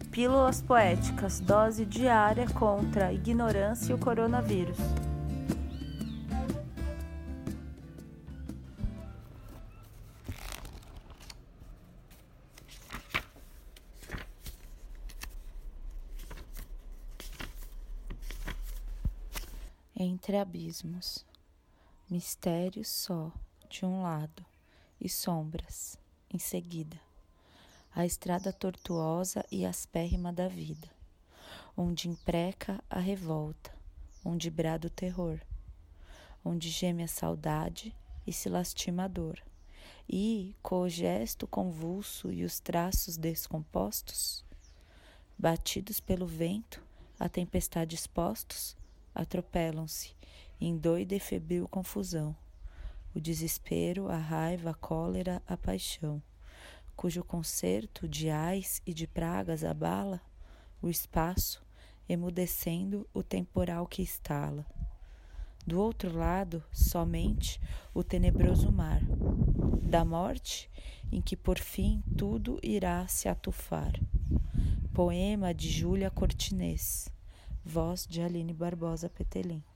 Pílulas Poéticas, dose diária contra a ignorância e o coronavírus. Entre abismos, mistérios só de um lado e sombras em seguida. A estrada tortuosa e aspérrima da vida, onde impreca a revolta, onde brada o terror, onde geme a saudade e se lastima a dor, e, com o gesto convulso e os traços descompostos, batidos pelo vento, a tempestade expostos, atropelam-se em doida e febril confusão, o desespero, a raiva, a cólera, a paixão, cujo concerto de ais e de pragas abala o espaço, emudecendo o temporal que estala. Do outro lado, somente o tenebroso mar, da morte, em que por fim tudo irá se atufar. Poema de Júlia Cortinez, voz de Aline Barbosa Petelin.